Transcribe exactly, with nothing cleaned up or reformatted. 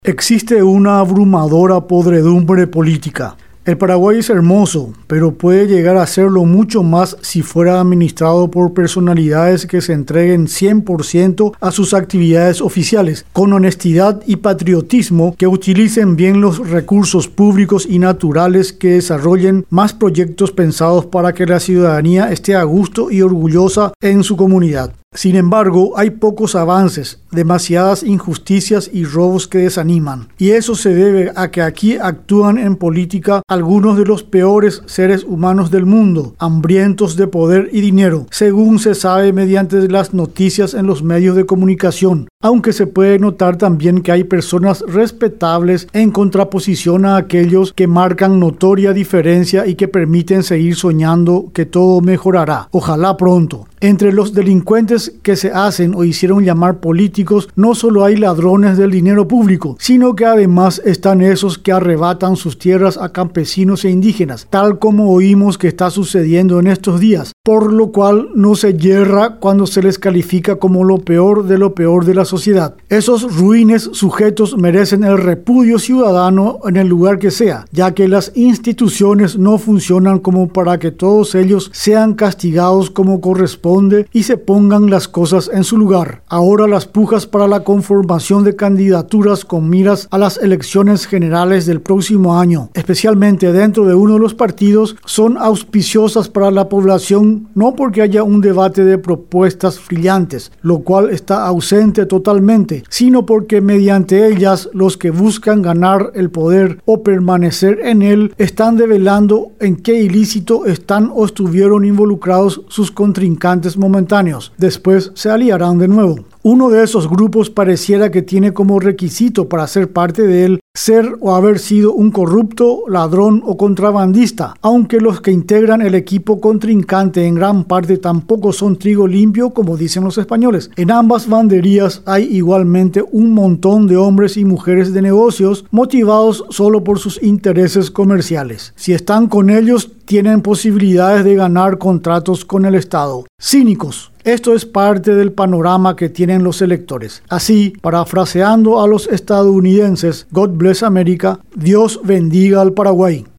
Existe una abrumadora podredumbre política. El Paraguay es hermoso, pero puede llegar a serlo mucho más si fuera administrado por personalidades que se entreguen cien por ciento a sus actividades oficiales, con honestidad y patriotismo, que utilicen bien los recursos públicos y naturales, que desarrollen más proyectos pensados para que la ciudadanía esté a gusto y orgullosa en su comunidad. Sin embargo, hay pocos avances, demasiadas injusticias y robos que desaniman. Y eso se debe a que aquí actúan en política algunos de los peores seres humanos del mundo, hambrientos de poder y dinero, según se sabe mediante las noticias en los medios de comunicación. Aunque se puede notar también que hay personas respetables en contraposición a aquellos que marcan notoria diferencia y que permiten seguir soñando que todo mejorará. Ojalá pronto. Entre los delincuentes que se hacen o hicieron llamar políticos, no solo hay ladrones del dinero público, sino que además están esos que arrebatan sus tierras a campesinos e indígenas, tal como oímos que está sucediendo en estos días, por lo cual no se yerra cuando se les califica como lo peor de lo peor de la sociedad. Esos ruines sujetos merecen el repudio ciudadano en el lugar que sea, ya que las instituciones no funcionan como para que todos ellos sean castigados como corresponde y se pongan las cosas en su lugar. Ahora las pujas para la conformación de candidaturas con miras a las elecciones generales del próximo año, especialmente dentro de uno de los partidos, son auspiciosas para la población, no porque haya un debate de propuestas brillantes, lo cual está ausente totalmente, sino porque mediante ellas los que buscan ganar el poder o permanecer en él están develando en qué ilícito están o estuvieron involucrados sus contrincantes momentáneos. Después se aliarán de nuevo. Uno de esos grupos pareciera que tiene como requisito para ser parte de él ser o haber sido un corrupto, ladrón o contrabandista, aunque los que integran el equipo contrincante en gran parte tampoco son trigo limpio, como dicen los españoles. En ambas banderías hay igualmente un montón de hombres y mujeres de negocios motivados solo por sus intereses comerciales. Si están con ellos, tienen posibilidades de ganar contratos con el Estado. Cínicos. Esto es parte del panorama que tienen los electores. Así, parafraseando a los estadounidenses, God bless America, Dios bendiga al Paraguay.